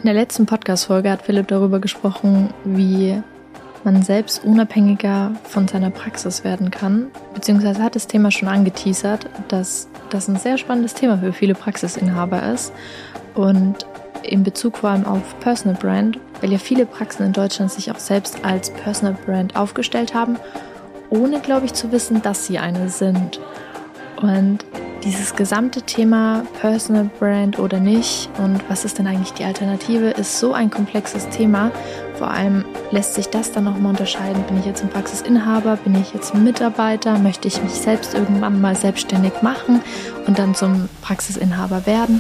In der letzten Podcast-Folge hat Philipp darüber gesprochen, wie man selbst unabhängiger von seiner Praxis werden kann, beziehungsweise hat das Thema schon angeteasert, dass das ein sehr spannendes Thema für viele Praxisinhaber ist und in Bezug vor allem auf Personal Brand, weil ja viele Praxen in Deutschland sich auch selbst als Personal Brand aufgestellt haben, ohne, glaube ich, zu wissen, dass sie eine sind. Und dieses gesamte Thema Personal Brand oder nicht und was ist denn eigentlich die Alternative, ist so ein komplexes Thema. Vor allem lässt sich das dann nochmal unterscheiden. Bin ich jetzt ein Praxisinhaber? Bin ich jetzt ein Mitarbeiter? Möchte ich mich selbst irgendwann mal selbstständig machen und dann zum Praxisinhaber werden?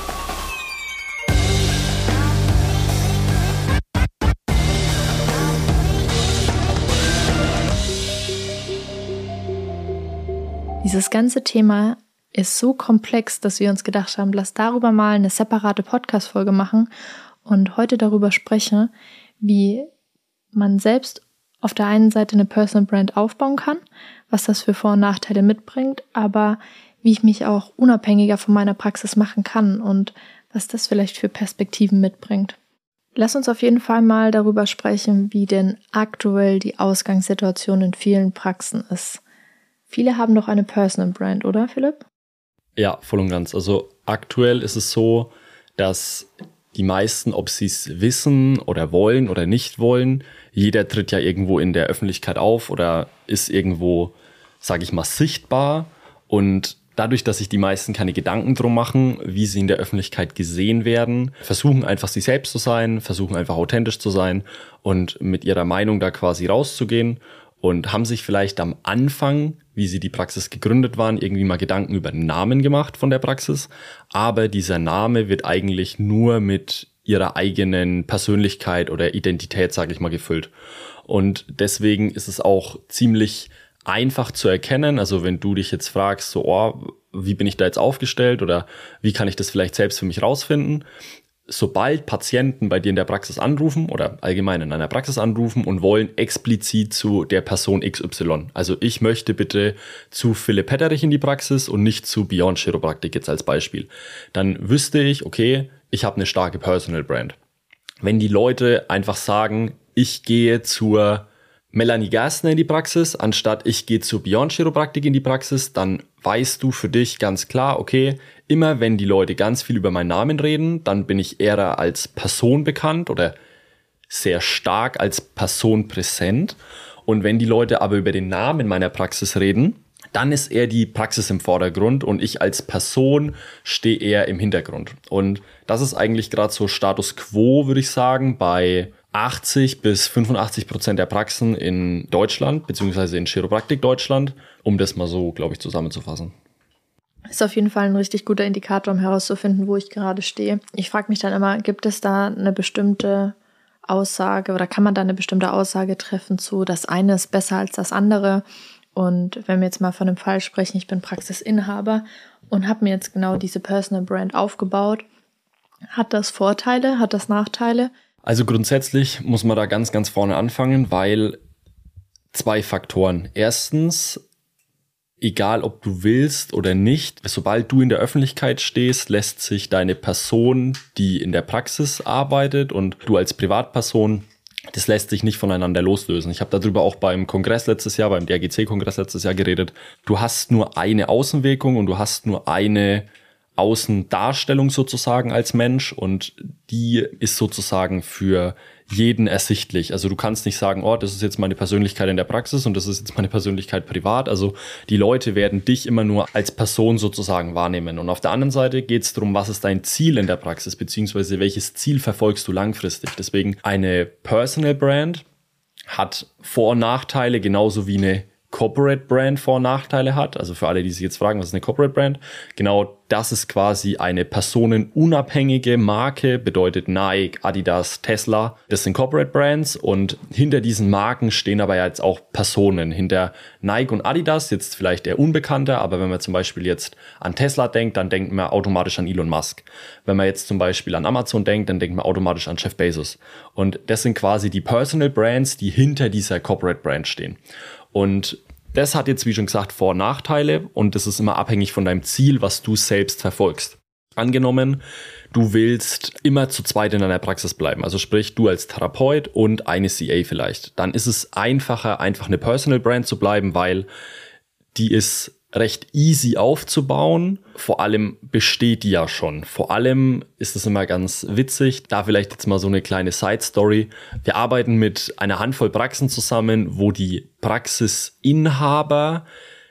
Dieses ganze Thema ist so komplex, dass wir uns gedacht haben, lass darüber mal eine separate Podcast-Folge machen und heute darüber sprechen, wie man selbst auf der einen Seite eine Personal Brand aufbauen kann, was das für Vor- und Nachteile mitbringt, aber wie ich mich auch unabhängiger von meiner Praxis machen kann und was das vielleicht für Perspektiven mitbringt. Lass uns auf jeden Fall mal darüber sprechen, wie denn aktuell die Ausgangssituation in vielen Praxen ist. Viele haben doch eine Personal Brand, oder Philipp? Ja, voll und ganz. Also aktuell ist es so, dass die meisten, ob sie es wissen oder wollen oder nicht wollen, jeder tritt ja irgendwo in der Öffentlichkeit auf oder ist irgendwo, sage ich mal, sichtbar. Und dadurch, dass sich die meisten keine Gedanken drum machen, wie sie in der Öffentlichkeit gesehen werden, versuchen einfach sie selbst zu sein, versuchen einfach authentisch zu sein und mit ihrer Meinung da quasi rauszugehen. Und haben sich vielleicht am Anfang, wie sie die Praxis gegründet waren, irgendwie mal Gedanken über den Namen gemacht von der Praxis. Aber dieser Name wird eigentlich nur mit ihrer eigenen Persönlichkeit oder Identität, sage ich mal, gefüllt. Und deswegen ist es auch ziemlich einfach zu erkennen. Also wenn du dich jetzt fragst, so, wie bin ich da jetzt aufgestellt oder wie kann ich das vielleicht selbst für mich rausfinden? Sobald Patienten bei dir in der Praxis anrufen oder allgemein in einer Praxis anrufen und wollen explizit zu der Person XY. Also ich möchte bitte zu Philipp Petterich in die Praxis und nicht zu Beyond Chiropraktik jetzt als Beispiel. Dann wüsste ich, okay, ich habe eine starke Personal Brand. Wenn die Leute einfach sagen, ich gehe zur Melanie Gerstner in die Praxis, anstatt ich gehe zu Beyond Chiropraktik in die Praxis, dann weißt du für dich ganz klar, okay, immer wenn die Leute ganz viel über meinen Namen reden, dann bin ich eher als Person bekannt oder sehr stark als Person präsent. Und wenn die Leute aber über den Namen meiner Praxis reden, dann ist eher die Praxis im Vordergrund und ich als Person stehe eher im Hintergrund. Und das ist eigentlich gerade so Status Quo, würde ich sagen, bei 80-85% der Praxen in Deutschland, beziehungsweise in Chiropraktik Deutschland, um das mal so, glaube ich, zusammenzufassen. Ist auf jeden Fall ein richtig guter Indikator, um herauszufinden, wo ich gerade stehe. Ich frage mich dann immer, gibt es da eine bestimmte Aussage oder kann man da eine bestimmte Aussage treffen zu, das eine ist besser als das andere? Und wenn wir jetzt mal von dem Fall sprechen, ich bin Praxisinhaber und habe mir jetzt genau diese Personal Brand aufgebaut. Hat das Vorteile, hat das Nachteile? Also grundsätzlich muss man da ganz, ganz vorne anfangen, weil 2 Faktoren. Erstens, egal ob du willst oder nicht, sobald du in der Öffentlichkeit stehst, lässt sich deine Person, die in der Praxis arbeitet und du als Privatperson, das lässt sich nicht voneinander loslösen. Ich habe darüber auch beim Kongress letztes Jahr, beim DRGC-Kongress letztes Jahr geredet. Du hast nur eine Außenwirkung und du hast nur eine Außendarstellung sozusagen als Mensch und die ist sozusagen für jeden ersichtlich. Also du kannst nicht sagen, das ist jetzt meine Persönlichkeit in der Praxis und das ist jetzt meine Persönlichkeit privat. Also die Leute werden dich immer nur als Person sozusagen wahrnehmen. Und auf der anderen Seite geht es darum, was ist dein Ziel in der Praxis, beziehungsweise welches Ziel verfolgst du langfristig. Deswegen eine Personal Brand hat Vor- und Nachteile, genauso wie eine Corporate Brand Vor- und Nachteile hat. Also für alle, die sich jetzt fragen, was ist eine Corporate Brand? Genau, das ist quasi eine personenunabhängige Marke, bedeutet Nike, Adidas, Tesla. Das sind Corporate Brands und hinter diesen Marken stehen aber jetzt auch Personen. Hinter Nike und Adidas, jetzt vielleicht eher unbekannter, aber wenn man zum Beispiel jetzt an Tesla denkt, dann denkt man automatisch an Elon Musk. Wenn man jetzt zum Beispiel an Amazon denkt, dann denkt man automatisch an Jeff Bezos. Und das sind quasi die Personal Brands, die hinter dieser Corporate Brand stehen. Und das hat jetzt, wie schon gesagt, Vor- und Nachteile und das ist immer abhängig von deinem Ziel, was du selbst verfolgst. Angenommen, du willst immer zu zweit in deiner Praxis bleiben, also sprich du als Therapeut und eine CA vielleicht. Dann ist es einfacher, einfach eine Personal Brand zu bleiben, weil die ist recht easy aufzubauen. Vor allem besteht die ja schon. Vor allem ist es immer ganz witzig, da vielleicht jetzt mal so eine kleine Side-Story. Wir arbeiten mit einer Handvoll Praxen zusammen, wo die Praxisinhaber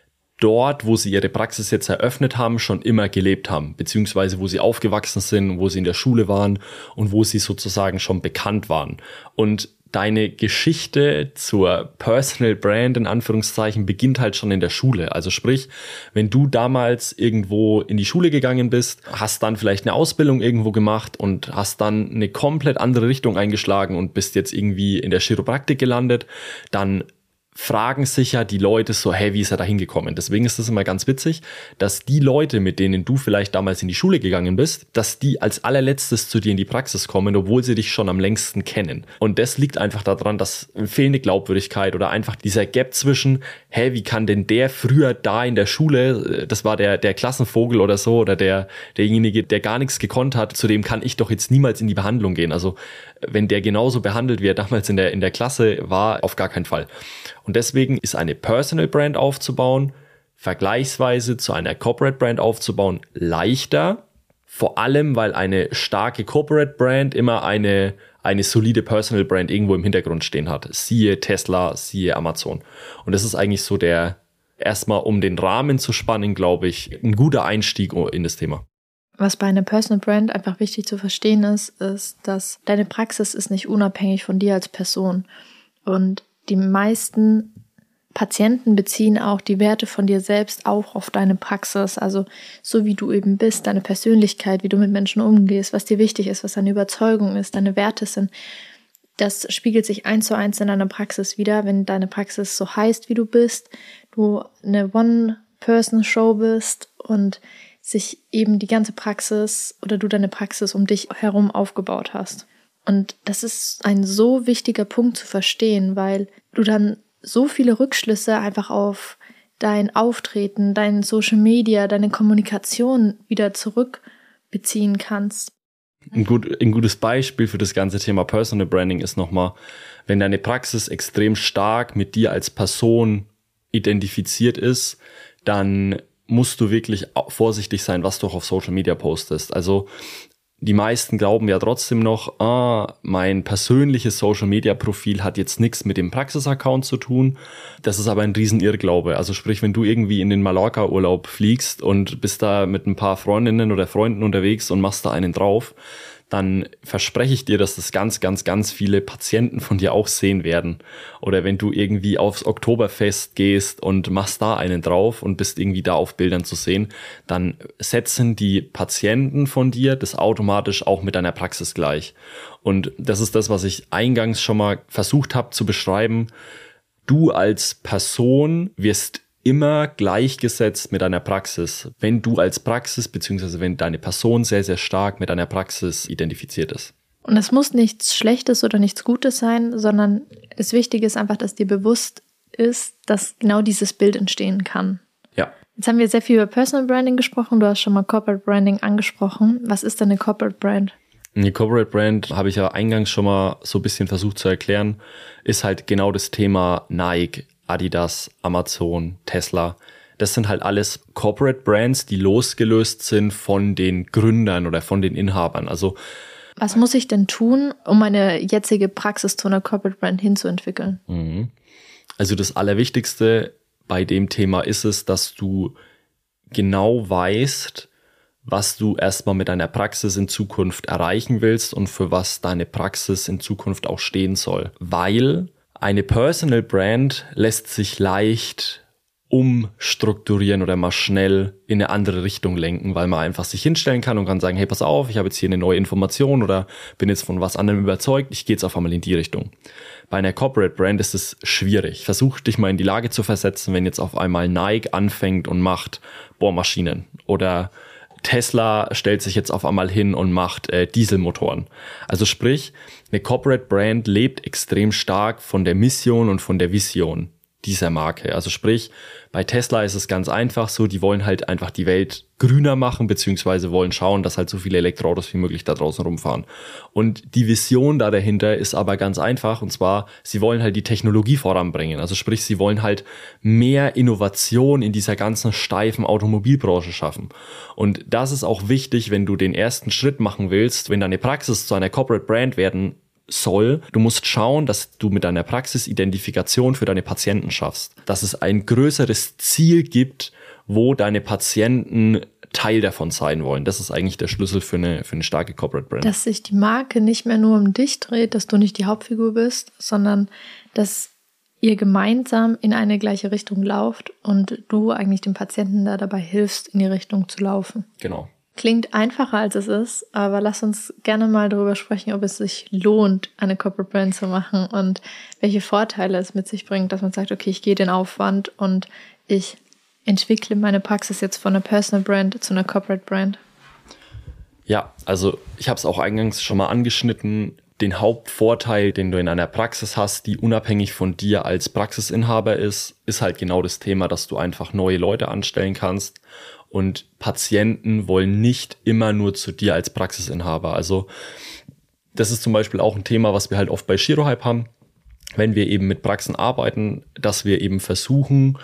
dort, wo sie ihre Praxis jetzt eröffnet haben, schon immer gelebt haben, beziehungsweise wo sie aufgewachsen sind, wo sie in der Schule waren und wo sie sozusagen schon bekannt waren. Und deine Geschichte zur Personal Brand in Anführungszeichen beginnt halt schon in der Schule. Also sprich, wenn du damals irgendwo in die Schule gegangen bist, hast dann vielleicht eine Ausbildung irgendwo gemacht und hast dann eine komplett andere Richtung eingeschlagen und bist jetzt irgendwie in der Chiropraktik gelandet, dann fragen sich ja die Leute so, hey, wie ist er da hingekommen? Deswegen ist es immer ganz witzig, dass die Leute, mit denen du vielleicht damals in die Schule gegangen bist, dass die als allerletztes zu dir in die Praxis kommen, obwohl sie dich schon am längsten kennen. Und das liegt einfach daran, dass fehlende Glaubwürdigkeit oder einfach dieser Gap zwischen, hey, wie kann denn der früher da in der Schule, das war der Klassenvogel oder so, oder derjenige, der gar nichts gekonnt hat, zu dem kann ich doch jetzt niemals in die Behandlung gehen. Also wenn der genauso behandelt, wie er damals in der Klasse war, auf gar keinen Fall. Und deswegen ist eine Personal Brand aufzubauen, vergleichsweise zu einer Corporate Brand aufzubauen, leichter. Vor allem, weil eine starke Corporate Brand immer eine solide Personal Brand irgendwo im Hintergrund stehen hat. Siehe Tesla, siehe Amazon. Und das ist eigentlich so erstmal um den Rahmen zu spannen, glaube ich, ein guter Einstieg in das Thema. Was bei einer Personal Brand einfach wichtig zu verstehen ist, dass deine Praxis ist nicht unabhängig von dir als Person. Und die meisten Patienten beziehen auch die Werte von dir selbst auch auf deine Praxis. Also so wie du eben bist, deine Persönlichkeit, wie du mit Menschen umgehst, was dir wichtig ist, was deine Überzeugung ist, deine Werte sind. Das spiegelt sich 1:1 in deiner Praxis wieder, wenn deine Praxis so heißt, wie du bist, du eine One-Person-Show bist und sich eben die ganze Praxis oder du deine Praxis um dich herum aufgebaut hast. Und das ist ein so wichtiger Punkt zu verstehen, weil du dann so viele Rückschlüsse einfach auf dein Auftreten, dein Social Media, deine Kommunikation wieder zurückbeziehen kannst. Ein gutes Beispiel für das ganze Thema Personal Branding ist nochmal, wenn deine Praxis extrem stark mit dir als Person identifiziert ist, dann musst du wirklich vorsichtig sein, was du auch auf Social Media postest. Also die meisten glauben ja trotzdem noch, mein persönliches Social-Media-Profil hat jetzt nichts mit dem Praxis-Account zu tun. Das ist aber ein Riesenirrglaube. Also sprich, wenn du irgendwie in den Mallorca-Urlaub fliegst und bist da mit ein paar Freundinnen oder Freunden unterwegs und machst da einen drauf, dann verspreche ich dir, dass das ganz, ganz, ganz viele Patienten von dir auch sehen werden. Oder wenn du irgendwie aufs Oktoberfest gehst und machst da einen drauf und bist irgendwie da auf Bildern zu sehen, dann setzen die Patienten von dir das automatisch auch mit deiner Praxis gleich. Und das ist das, was ich eingangs schon mal versucht habe zu beschreiben. Du als Person wirst immer gleichgesetzt mit deiner Praxis, wenn du als Praxis bzw. wenn deine Person sehr, sehr stark mit deiner Praxis identifiziert ist. Und es muss nichts Schlechtes oder nichts Gutes sein, sondern das Wichtige ist einfach, dass dir bewusst ist, dass genau dieses Bild entstehen kann. Ja. Jetzt haben wir sehr viel über Personal Branding gesprochen, du hast schon mal Corporate Branding angesprochen. Was ist denn eine Corporate Brand? Die Corporate Brand, habe ich ja eingangs schon mal so ein bisschen versucht zu erklären, ist halt genau das Thema Nike, Adidas, Amazon, Tesla. Das sind halt alles Corporate Brands, die losgelöst sind von den Gründern oder von den Inhabern. Also was muss ich denn tun, um meine jetzige Praxis zu einer Corporate Brand hinzuentwickeln? Also das Allerwichtigste bei dem Thema ist es, dass du genau weißt, was du erstmal mit deiner Praxis in Zukunft erreichen willst und für was deine Praxis in Zukunft auch stehen soll. Weil eine Personal Brand lässt sich leicht umstrukturieren oder mal schnell in eine andere Richtung lenken, weil man einfach sich hinstellen kann und kann sagen, hey, pass auf, ich habe jetzt hier eine neue Information oder bin jetzt von was anderem überzeugt, ich gehe jetzt auf einmal in die Richtung. Bei einer Corporate Brand ist es schwierig. Versuch dich mal in die Lage zu versetzen, wenn jetzt auf einmal Nike anfängt und macht Bohrmaschinen oder Tesla stellt sich jetzt auf einmal hin und macht Dieselmotoren. Also sprich, eine Corporate Brand lebt extrem stark von der Mission und von der Vision. dieser Marke. Also sprich, bei Tesla ist es ganz einfach so, die wollen halt einfach die Welt grüner machen, beziehungsweise wollen schauen, dass halt so viele Elektroautos wie möglich da draußen rumfahren. Und die Vision da dahinter ist aber ganz einfach, und zwar, sie wollen halt die Technologie voranbringen. Also sprich, sie wollen halt mehr Innovation in dieser ganzen steifen Automobilbranche schaffen. Und das ist auch wichtig, wenn du den ersten Schritt machen willst, wenn deine Praxis zu einer Corporate Brand werden soll. Du musst schauen, dass du mit deiner Praxis Identifikation für deine Patienten schaffst. Dass es ein größeres Ziel gibt, wo deine Patienten Teil davon sein wollen. Das ist eigentlich der Schlüssel für eine starke Corporate Brand. Dass sich die Marke nicht mehr nur um dich dreht, dass du nicht die Hauptfigur bist, sondern dass ihr gemeinsam in eine gleiche Richtung lauft und du eigentlich dem Patienten da dabei hilfst, in die Richtung zu laufen. Genau. Klingt einfacher, als es ist, aber lass uns gerne mal darüber sprechen, ob es sich lohnt, eine Corporate Brand zu machen und welche Vorteile es mit sich bringt, dass man sagt, okay, ich gehe den Aufwand und ich entwickle meine Praxis jetzt von einer Personal Brand zu einer Corporate Brand. Ja, also ich habe es auch eingangs schon mal angeschnitten. Den Hauptvorteil, den du in einer Praxis hast, die unabhängig von dir als Praxisinhaber ist halt genau das Thema, dass du einfach neue Leute anstellen kannst. Und Patienten wollen nicht immer nur zu dir als Praxisinhaber. Also das ist zum Beispiel auch ein Thema, was wir halt oft bei Chirohype haben, wenn wir eben mit Praxen arbeiten, dass wir eben versuchen,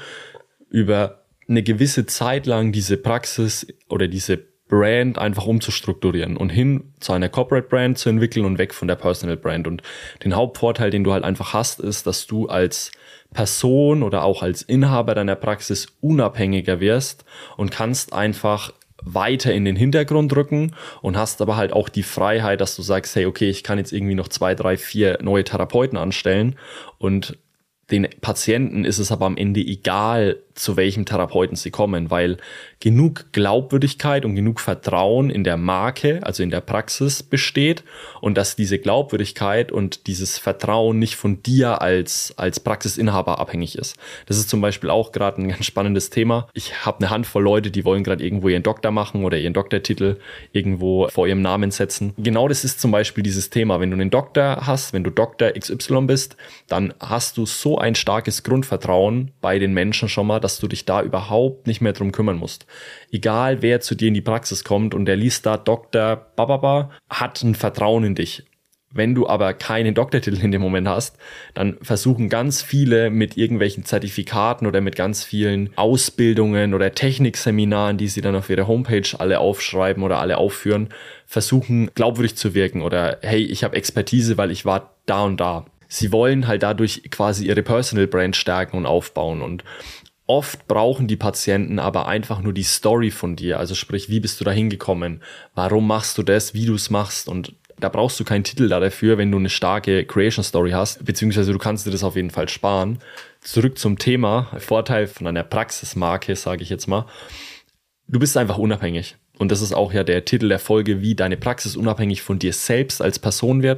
über eine gewisse Zeit lang diese Praxis oder diese Brand einfach umzustrukturieren und hin zu einer Corporate Brand zu entwickeln und weg von der Personal Brand. Und den Hauptvorteil, den du halt einfach hast, ist, dass du als Person oder auch als Inhaber deiner Praxis unabhängiger wirst und kannst einfach weiter in den Hintergrund rücken und hast aber halt auch die Freiheit, dass du sagst, hey, okay, ich kann jetzt irgendwie noch 2, 3, 4 neue Therapeuten anstellen und den Patienten ist es aber am Ende egal, zu welchem Therapeuten sie kommen, weil genug Glaubwürdigkeit und genug Vertrauen in der Marke, also in der Praxis besteht und dass diese Glaubwürdigkeit und dieses Vertrauen nicht von dir als Praxisinhaber abhängig ist. Das ist zum Beispiel auch gerade ein ganz spannendes Thema. Ich habe eine Handvoll Leute, die wollen gerade irgendwo ihren Doktor machen oder ihren Doktortitel irgendwo vor ihrem Namen setzen. Genau das ist zum Beispiel dieses Thema. Wenn du einen Doktor hast, wenn du Doktor XY bist, dann hast du so ein starkes Grundvertrauen bei den Menschen schon mal, dass du dich da überhaupt nicht mehr drum kümmern musst. Egal, wer zu dir in die Praxis kommt und der liest da Dr. Bababa, hat ein Vertrauen in dich. Wenn du aber keinen Doktortitel in dem Moment hast, dann versuchen ganz viele mit irgendwelchen Zertifikaten oder mit ganz vielen Ausbildungen oder Technikseminaren, die sie dann auf ihrer Homepage alle aufschreiben oder alle aufführen, versuchen glaubwürdig zu wirken oder hey, ich habe Expertise, weil ich war da und da. Sie wollen halt dadurch quasi ihre Personal Brand stärken und aufbauen und oft brauchen die Patienten aber einfach nur die Story von dir, also sprich, wie bist du da hingekommen, warum machst du das, wie du es machst und da brauchst du keinen Titel dafür, wenn du eine starke Creation Story hast, beziehungsweise du kannst dir das auf jeden Fall sparen. Zurück zum Thema, Vorteil von einer Praxismarke, sage ich jetzt mal, du bist einfach unabhängig und das ist auch ja der Titel der Folge, wie deine Praxis unabhängig von dir selbst als Person wird.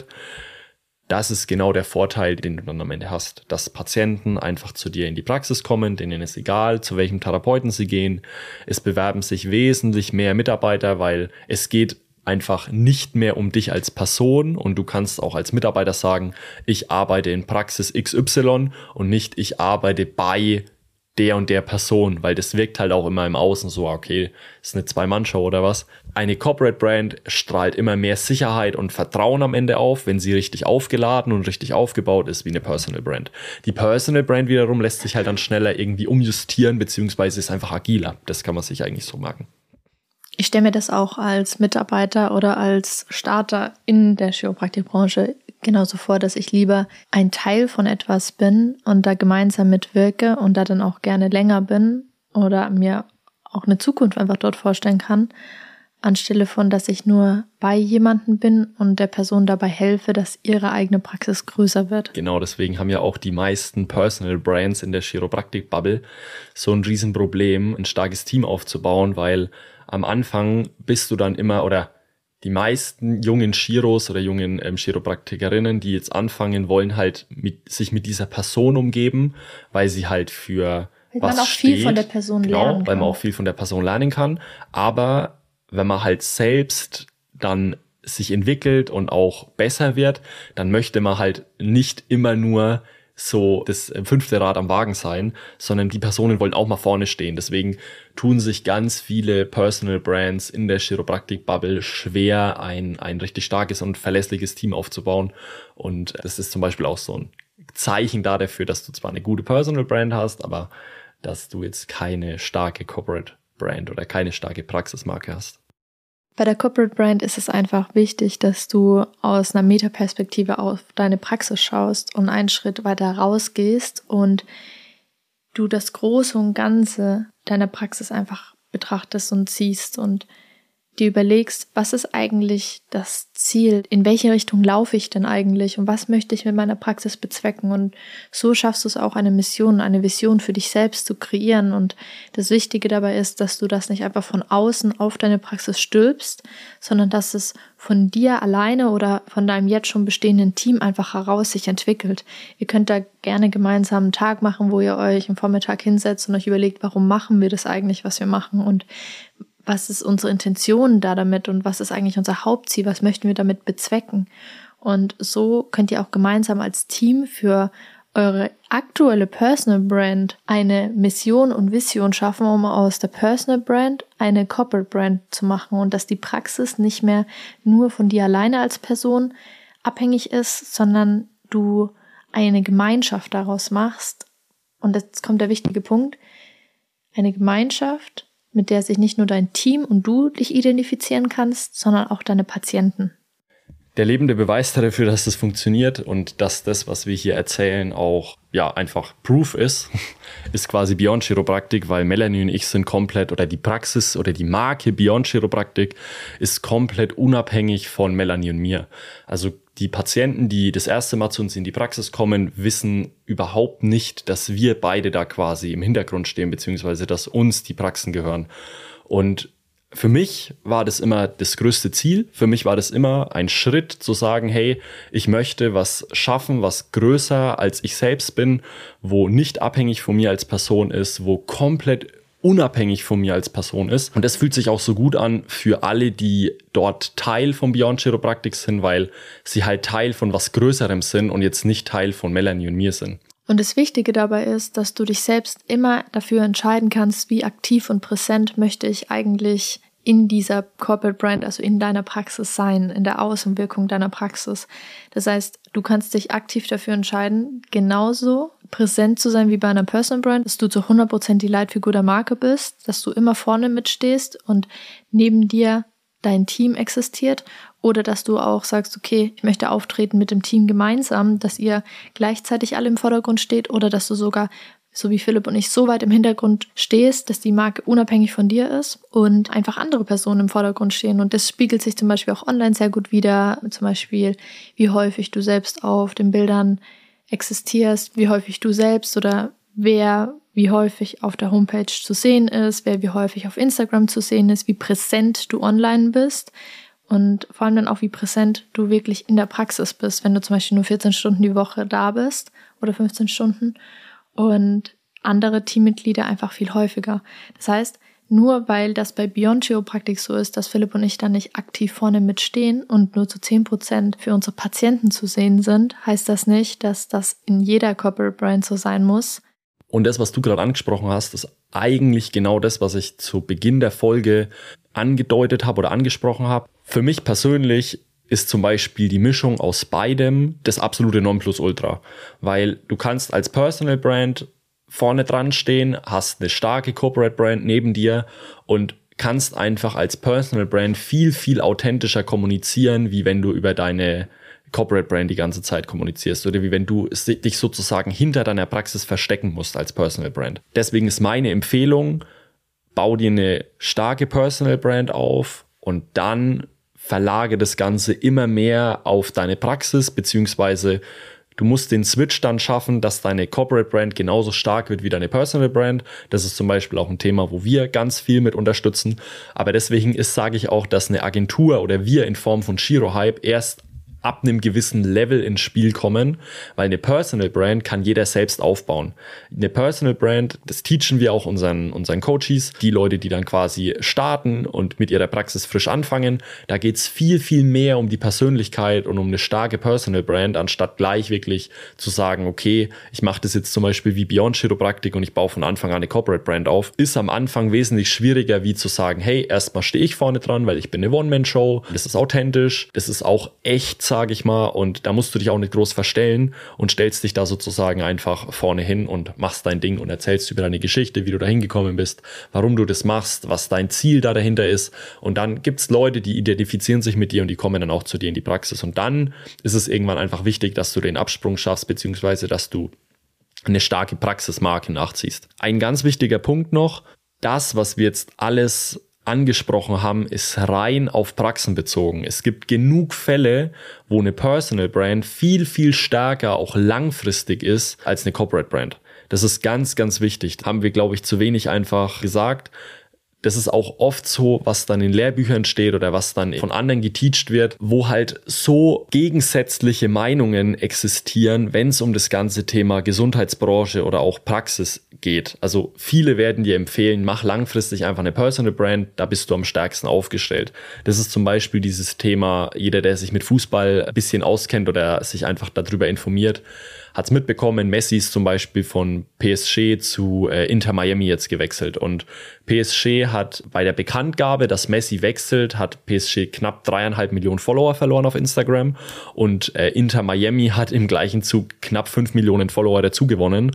Das ist genau der Vorteil, den du dann am Ende hast, dass Patienten einfach zu dir in die Praxis kommen, denen ist egal, zu welchem Therapeuten sie gehen. Es bewerben sich wesentlich mehr Mitarbeiter, weil es geht einfach nicht mehr um dich als Person und du kannst auch als Mitarbeiter sagen, ich arbeite in Praxis XY und nicht ich arbeite bei der und der Person, weil das wirkt halt auch immer im Außen so, okay, ist eine Zwei-Mann-Show oder was. Eine Corporate Brand strahlt immer mehr Sicherheit und Vertrauen am Ende auf, wenn sie richtig aufgeladen und richtig aufgebaut ist wie eine Personal Brand. Die Personal Brand wiederum lässt sich halt dann schneller irgendwie umjustieren, beziehungsweise ist einfach agiler. Das kann man sich eigentlich so merken. Ich stelle mir das auch als Mitarbeiter oder als Starter in der Chiropraktikbranche genauso vor, dass ich lieber ein Teil von etwas bin und da gemeinsam mitwirke und da dann auch gerne länger bin oder mir auch eine Zukunft einfach dort vorstellen kann, anstelle von, dass ich nur bei jemandem bin und der Person dabei helfe, dass ihre eigene Praxis größer wird. Genau, deswegen haben ja auch die meisten Personal Brands in der Chiropraktik-Bubble so ein Riesenproblem, ein starkes Team aufzubauen, weil am Anfang bist du dann immer, oder die meisten jungen Chiros oder jungen Chiropraktikerinnen, die jetzt anfangen, wollen halt sich mit dieser Person umgeben, weil sie halt für weil was man auch steht. Viel von der Person lernen kann. Weil man auch viel von der Person lernen kann. Aber wenn man halt selbst dann sich entwickelt und auch besser wird, dann möchte man halt nicht immer nur so das 5. Rad am Wagen sein, sondern die Personen wollen auch mal vorne stehen. Deswegen tun sich ganz viele Personal Brands in der Chiropraktik-Bubble schwer, ein richtig starkes und verlässliches Team aufzubauen. Und das ist zum Beispiel auch so ein Zeichen dafür, dass du zwar eine gute Personal Brand hast, aber dass du jetzt keine starke Corporate Brand oder keine starke Praxismarke hast. Bei der Corporate Brand ist es einfach wichtig, dass du aus einer Metaperspektive auf deine Praxis schaust und einen Schritt weiter rausgehst und du das Große und Ganze deiner Praxis einfach betrachtest und siehst und dir überlegst, was ist eigentlich das Ziel, in welche Richtung laufe ich denn eigentlich und was möchte ich mit meiner Praxis bezwecken, und so schaffst du es auch, eine Mission, eine Vision für dich selbst zu kreieren. Und das Wichtige dabei ist, dass du das nicht einfach von außen auf deine Praxis stülpst, sondern dass es von dir alleine oder von deinem jetzt schon bestehenden Team einfach heraus sich entwickelt. Ihr könnt da gerne gemeinsam einen Tag machen, wo ihr euch am Vormittag hinsetzt und euch überlegt, warum machen wir das eigentlich, was wir machen, und was ist unsere Intention da damit und was ist eigentlich unser Hauptziel, was möchten wir damit bezwecken. Und so könnt ihr auch gemeinsam als Team für eure aktuelle Personal Brand eine Mission und Vision schaffen, um aus der Personal Brand eine Corporate Brand zu machen, und dass die Praxis nicht mehr nur von dir alleine als Person abhängig ist, sondern du eine Gemeinschaft daraus machst. Und jetzt kommt der wichtige Punkt: eine Gemeinschaft, mit der sich nicht nur dein Team und du dich identifizieren kannst, sondern auch deine Patienten. Der lebende Beweis dafür, dass das funktioniert und dass das, was wir hier erzählen, auch einfach Proof ist quasi Beyond Chiropraktik, weil Melanie und ich sind komplett, oder die Praxis oder die Marke Beyond Chiropraktik ist komplett unabhängig von Melanie und mir. Also die Patienten, die das erste Mal zu uns in die Praxis kommen, wissen überhaupt nicht, dass wir beide da quasi im Hintergrund stehen, beziehungsweise dass uns die Praxen gehören. Und für mich war das immer das größte Ziel. Für mich war das immer ein Schritt zu sagen, hey, ich möchte was schaffen, was größer als ich selbst bin, wo nicht abhängig von mir als Person ist, wo komplett unabhängig von mir als Person ist. Und das fühlt sich auch so gut an für alle, die dort Teil von Beyond Chiropraktik sind, weil sie halt Teil von was Größerem sind und jetzt nicht Teil von Melanie und mir sind. Und das Wichtige dabei ist, dass du dich selbst immer dafür entscheiden kannst, wie aktiv und präsent möchte ich eigentlich in dieser Corporate Brand, also in deiner Praxis sein, in der Außenwirkung deiner Praxis. Das heißt, du kannst dich aktiv dafür entscheiden, genauso präsent zu sein wie bei einer Personal Brand, dass du zu 100% die Leitfigur der Marke bist, dass du immer vorne mitstehst und neben dir dein Team existiert, oder dass du auch sagst, okay, ich möchte auftreten mit dem Team gemeinsam, dass ihr gleichzeitig alle im Vordergrund steht, oder dass du sogar, so wie Philipp und ich, so weit im Hintergrund stehst, dass die Marke unabhängig von dir ist und einfach andere Personen im Vordergrund stehen. Und das spiegelt sich zum Beispiel auch online sehr gut wider, zum Beispiel wie häufig du selbst auf den Bildern existierst, wie häufig du selbst oder wer wie häufig auf der Homepage zu sehen ist, wer wie häufig auf Instagram zu sehen ist, wie präsent du online bist und vor allem dann auch, wie präsent du wirklich in der Praxis bist, wenn du zum Beispiel nur 14 Stunden die Woche da bist oder 15 Stunden und andere Teammitglieder einfach viel häufiger. Das heißt, nur weil das bei Beyond Chiropraktik so ist, dass Philipp und ich dann nicht aktiv vorne mitstehen und nur zu 10% für unsere Patienten zu sehen sind, heißt das nicht, dass das in jeder Corporate Brand so sein muss. Und das, was du gerade angesprochen hast, ist eigentlich genau das, was ich zu Beginn der Folge angedeutet habe oder angesprochen habe. Für mich persönlich ist zum Beispiel die Mischung aus beidem das absolute Nonplusultra, weil du kannst als Personal Brand vorne dran stehen, hast eine starke Corporate Brand neben dir und kannst einfach als Personal Brand viel, viel authentischer kommunizieren, wie wenn du über deine Corporate Brand die ganze Zeit kommunizierst oder wie wenn du dich sozusagen hinter deiner Praxis verstecken musst als Personal Brand. Deswegen ist meine Empfehlung, bau dir eine starke Personal Brand auf und dann verlage das Ganze immer mehr auf deine Praxis, beziehungsweise du musst den Switch dann schaffen, dass deine Corporate Brand genauso stark wird wie deine Personal Brand. Das ist zum Beispiel auch ein Thema, wo wir ganz viel mit unterstützen. Aber deswegen sage ich auch, dass eine Agentur oder wir in Form von ChiroHype erst ab einem gewissen Level ins Spiel kommen, weil eine Personal Brand kann jeder selbst aufbauen. Eine Personal Brand, das teachen wir auch unseren Coaches, die Leute, die dann quasi starten und mit ihrer Praxis frisch anfangen. Da geht's viel, viel mehr um die Persönlichkeit und um eine starke Personal Brand, anstatt gleich wirklich zu sagen, okay, ich mache das jetzt zum Beispiel wie Beyond Chiropraktik und ich baue von Anfang an eine Corporate Brand auf. Ist am Anfang wesentlich schwieriger, wie zu sagen, hey, erstmal stehe ich vorne dran, weil ich bin eine One-Man-Show, das ist authentisch, das ist auch echt, sage ich mal, und da musst du dich auch nicht groß verstellen und stellst dich da sozusagen einfach vorne hin und machst dein Ding und erzählst über deine Geschichte, wie du da hingekommen bist, warum du das machst, was dein Ziel da dahinter ist, und dann gibt's Leute, die identifizieren sich mit dir und die kommen dann auch zu dir in die Praxis, und dann ist es irgendwann einfach wichtig, dass du den Absprung schaffst, beziehungsweise dass du eine starke Praxismarke nachziehst. Ein ganz wichtiger Punkt noch, das, was wir jetzt alles angesprochen haben, ist rein auf Praxen bezogen. Es gibt genug Fälle, wo eine Personal Brand viel, viel stärker auch langfristig ist als eine Corporate Brand. Das ist ganz, ganz wichtig. Haben wir, glaube ich, zu wenig einfach gesagt. Das ist auch oft so, was dann in Lehrbüchern steht oder was dann von anderen geteacht wird, wo halt so gegensätzliche Meinungen existieren, wenn es um das ganze Thema Gesundheitsbranche oder auch Praxis geht. Also viele werden dir empfehlen, mach langfristig einfach eine Personal Brand, da bist du am stärksten aufgestellt. Das ist zum Beispiel dieses Thema, jeder, der sich mit Fußball ein bisschen auskennt oder sich einfach darüber informiert, hat es mitbekommen, Messi ist zum Beispiel von PSG zu Inter Miami jetzt gewechselt, und PSG hat bei der Bekanntgabe, dass Messi wechselt, hat PSG knapp 3,5 Millionen Follower verloren auf Instagram, und Inter Miami hat im gleichen Zug knapp 5 Millionen Follower dazu gewonnen.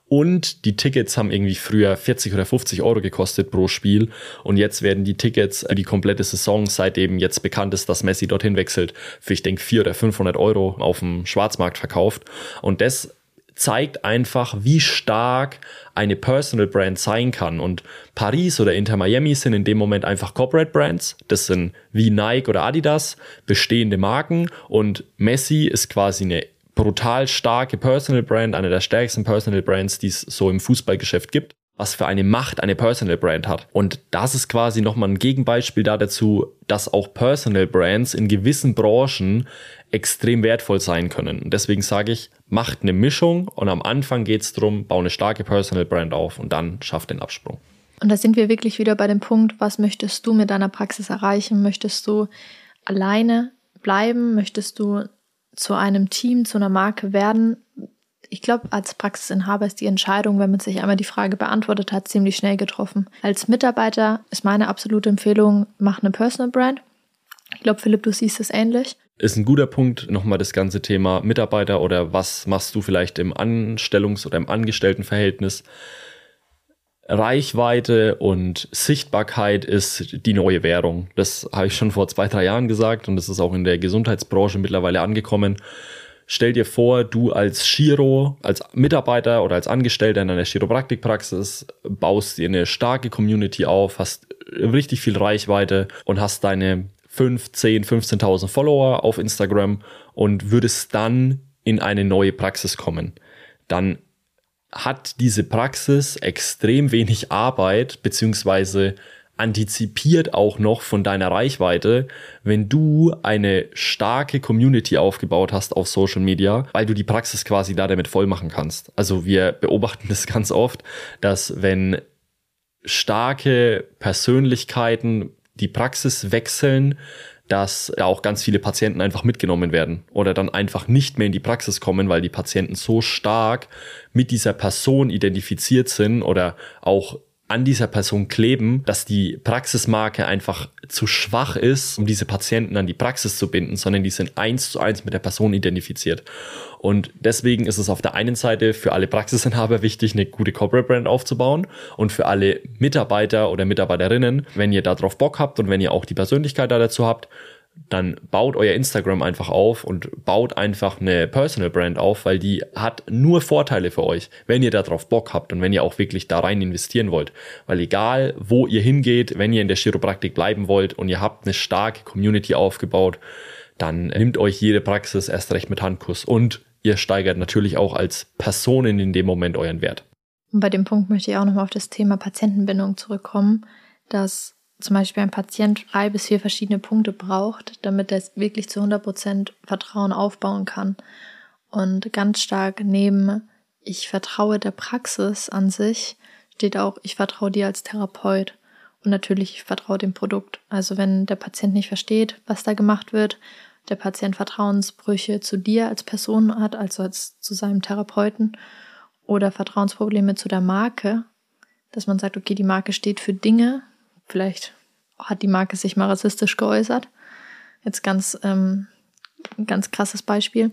Und die Tickets haben irgendwie früher 40 oder 50 Euro gekostet pro Spiel. Und jetzt werden die Tickets für die komplette Saison, seitdem jetzt bekannt ist, dass Messi dorthin wechselt, für, ich denke, 400 oder 500 Euro auf dem Schwarzmarkt verkauft. Und das zeigt einfach, wie stark eine Personal Brand sein kann. Und Paris oder Inter Miami sind in dem Moment einfach Corporate Brands. Das sind wie Nike oder Adidas, bestehende Marken. Und Messi ist quasi eine brutal starke Personal Brand, eine der stärksten Personal Brands, die es so im Fußballgeschäft gibt, was für eine Macht eine Personal Brand hat. Und das ist quasi nochmal ein Gegenbeispiel dazu, dass auch Personal Brands in gewissen Branchen extrem wertvoll sein können. Und deswegen sage ich, macht eine Mischung, und am Anfang geht es darum, bau eine starke Personal Brand auf und dann schafft den Absprung. Und da sind wir wirklich wieder bei dem Punkt, was möchtest du mit deiner Praxis erreichen? Möchtest du alleine bleiben? Möchtest du zu einem Team, zu einer Marke werden? Ich glaube, als Praxisinhaber ist die Entscheidung, wenn man sich einmal die Frage beantwortet hat, ziemlich schnell getroffen. Als Mitarbeiter ist meine absolute Empfehlung, mach eine Personal Brand. Ich glaube, Philipp, du siehst es ähnlich. Ist ein guter Punkt, nochmal das ganze Thema Mitarbeiter oder was machst du vielleicht im Anstellungs- oder im Angestelltenverhältnis. Reichweite und Sichtbarkeit ist die neue Währung. Das habe ich schon vor 2-3 Jahren gesagt, und das ist auch in der Gesundheitsbranche mittlerweile angekommen. Stell dir vor, du als Chiro, als Mitarbeiter oder als Angestellter in einer Chiropraktikpraxis baust dir eine starke Community auf, hast richtig viel Reichweite und hast deine 5, 10, 15.000 Follower auf Instagram und würdest dann in eine neue Praxis kommen. Dann hat diese Praxis extrem wenig Arbeit, beziehungsweise antizipiert auch noch von deiner Reichweite, wenn du eine starke Community aufgebaut hast auf Social Media, weil du die Praxis quasi da damit voll machen kannst. Also wir beobachten das ganz oft, dass wenn starke Persönlichkeiten die Praxis wechseln, dass da auch ganz viele Patienten einfach mitgenommen werden oder dann einfach nicht mehr in die Praxis kommen, weil die Patienten so stark mit dieser Person identifiziert sind oder auch an dieser Person kleben, dass die Praxismarke einfach zu schwach ist, um diese Patienten an die Praxis zu binden, sondern die sind 1:1 mit der Person identifiziert. Und deswegen ist es auf der einen Seite für alle Praxisinhaber wichtig, eine gute Corporate Brand aufzubauen, und für alle Mitarbeiter oder Mitarbeiterinnen, wenn ihr da drauf Bock habt und wenn ihr auch die Persönlichkeit da dazu habt, dann baut euer Instagram einfach auf und baut einfach eine Personal Brand auf, weil die hat nur Vorteile für euch, wenn ihr da drauf Bock habt und wenn ihr auch wirklich da rein investieren wollt. Weil egal, wo ihr hingeht, wenn ihr in der Chiropraktik bleiben wollt und ihr habt eine starke Community aufgebaut, dann nimmt euch jede Praxis erst recht mit Handkuss, und ihr steigert natürlich auch als Personen in dem Moment euren Wert. Und bei dem Punkt möchte ich auch nochmal auf das Thema Patientenbindung zurückkommen, dass zum Beispiel ein Patient 3 bis 4 verschiedene Punkte braucht, damit er wirklich zu 100% Vertrauen aufbauen kann. Und ganz stark neben ich vertraue der Praxis an sich steht auch, ich vertraue dir als Therapeut. Und natürlich, ich vertraue dem Produkt. Also wenn der Patient nicht versteht, was da gemacht wird, der Patient Vertrauensbrüche zu dir als Person hat, also zu seinem Therapeuten, oder Vertrauensprobleme zu der Marke, dass man sagt, okay, die Marke steht für Dinge, vielleicht hat die Marke sich mal rassistisch geäußert, jetzt ganz krasses Beispiel,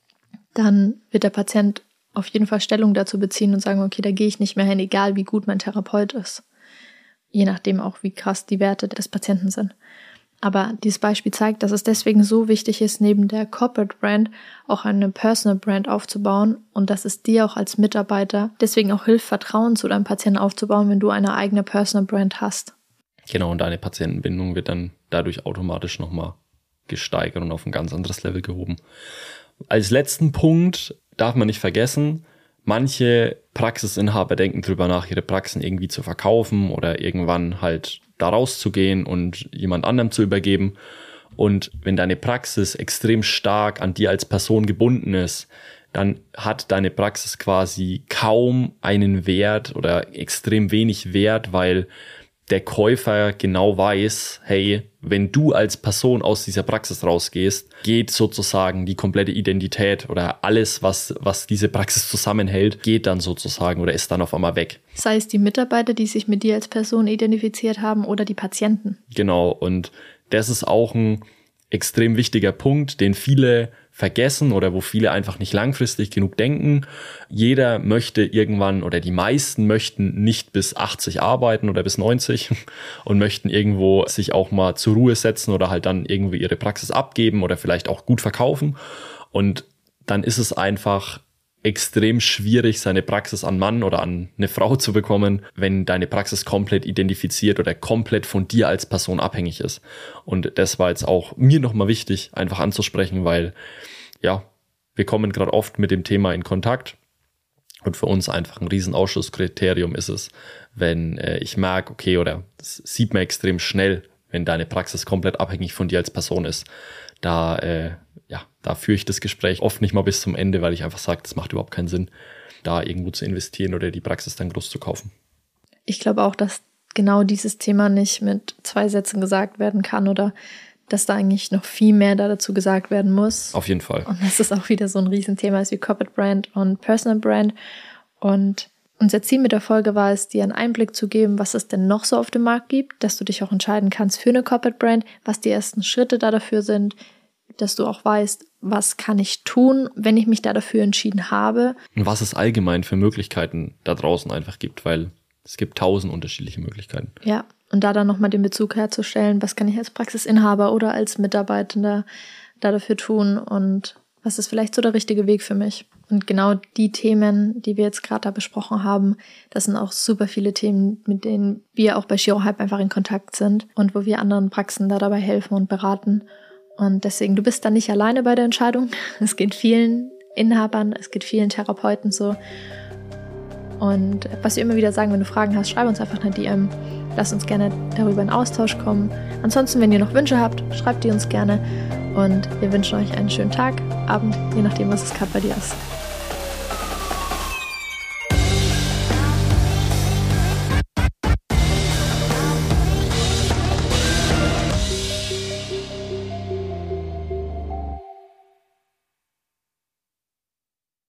dann wird der Patient auf jeden Fall Stellung dazu beziehen und sagen, okay, da gehe ich nicht mehr hin, egal wie gut mein Therapeut ist. Je nachdem auch, wie krass die Werte des Patienten sind. Aber dieses Beispiel zeigt, dass es deswegen so wichtig ist, neben der Corporate Brand auch eine Personal Brand aufzubauen und dass es dir auch als Mitarbeiter deswegen auch hilft, Vertrauen zu deinem Patienten aufzubauen, wenn du eine eigene Personal Brand hast. Genau, und deine Patientenbindung wird dann dadurch automatisch nochmal gesteigert und auf ein ganz anderes Level gehoben. Als letzten Punkt darf man nicht vergessen, manche Praxisinhaber denken drüber nach, ihre Praxen irgendwie zu verkaufen oder irgendwann halt da rauszugehen und jemand anderem zu übergeben. Und wenn deine Praxis extrem stark an dir als Person gebunden ist, dann hat deine Praxis quasi kaum einen Wert oder extrem wenig Wert, weil der Käufer genau weiß, hey, wenn du als Person aus dieser Praxis rausgehst, geht sozusagen die komplette Identität oder alles, was diese Praxis zusammenhält, geht dann sozusagen oder ist dann auf einmal weg. Sei es die Mitarbeiter, die sich mit dir als Person identifiziert haben oder die Patienten. Genau, und das ist auch ein extrem wichtiger Punkt, den viele vergessen oder wo viele einfach nicht langfristig genug denken. Jeder möchte irgendwann oder die meisten möchten nicht bis 80 arbeiten oder bis 90 und möchten irgendwo sich auch mal zur Ruhe setzen oder halt dann irgendwie ihre Praxis abgeben oder vielleicht auch gut verkaufen. Und dann ist es einfach extrem schwierig, seine Praxis an Mann oder an eine Frau zu bekommen, wenn deine Praxis komplett identifiziert oder komplett von dir als Person abhängig ist. Und das war jetzt auch mir nochmal wichtig, einfach anzusprechen, weil ja, wir kommen gerade oft mit dem Thema in Kontakt und für uns einfach ein Riesenausschlusskriterium ist es, wenn ich merke, okay, oder das sieht man extrem schnell, wenn deine Praxis komplett abhängig von dir als Person ist, da führe ich das Gespräch oft nicht mal bis zum Ende, weil ich einfach sage, das macht überhaupt keinen Sinn, da irgendwo zu investieren oder die Praxis dann groß zu kaufen. Ich glaube auch, dass genau dieses Thema nicht mit 2 Sätzen gesagt werden kann oder dass da eigentlich noch viel mehr dazu gesagt werden muss. Auf jeden Fall. Und dass es auch wieder so ein Riesenthema ist wie Corporate Brand und Personal Brand. Und unser Ziel mit der Folge war es, dir einen Einblick zu geben, was es denn noch so auf dem Markt gibt, dass du dich auch entscheiden kannst für eine Corporate Brand, was die ersten Schritte da dafür sind, dass du auch weißt, was kann ich tun, wenn ich mich da dafür entschieden habe. Und was es allgemein für Möglichkeiten da draußen einfach gibt, weil es gibt 1000 unterschiedliche Möglichkeiten. Ja, und da dann nochmal den Bezug herzustellen, was kann ich als Praxisinhaber oder als Mitarbeitender da dafür tun und was ist vielleicht so der richtige Weg für mich. Und genau die Themen, die wir jetzt gerade da besprochen haben, das sind auch super viele Themen, mit denen wir auch bei Chirohype einfach in Kontakt sind und wo wir anderen Praxen da dabei helfen und beraten. Und deswegen, du bist da nicht alleine bei der Entscheidung. Es geht vielen Inhabern, es geht vielen Therapeuten so. Und was wir immer wieder sagen, wenn du Fragen hast, schreib uns einfach eine DM. Lass uns gerne darüber in Austausch kommen. Ansonsten, wenn ihr noch Wünsche habt, schreibt die uns gerne. Und wir wünschen euch einen schönen Tag, Abend, je nachdem, was es gerade bei dir ist.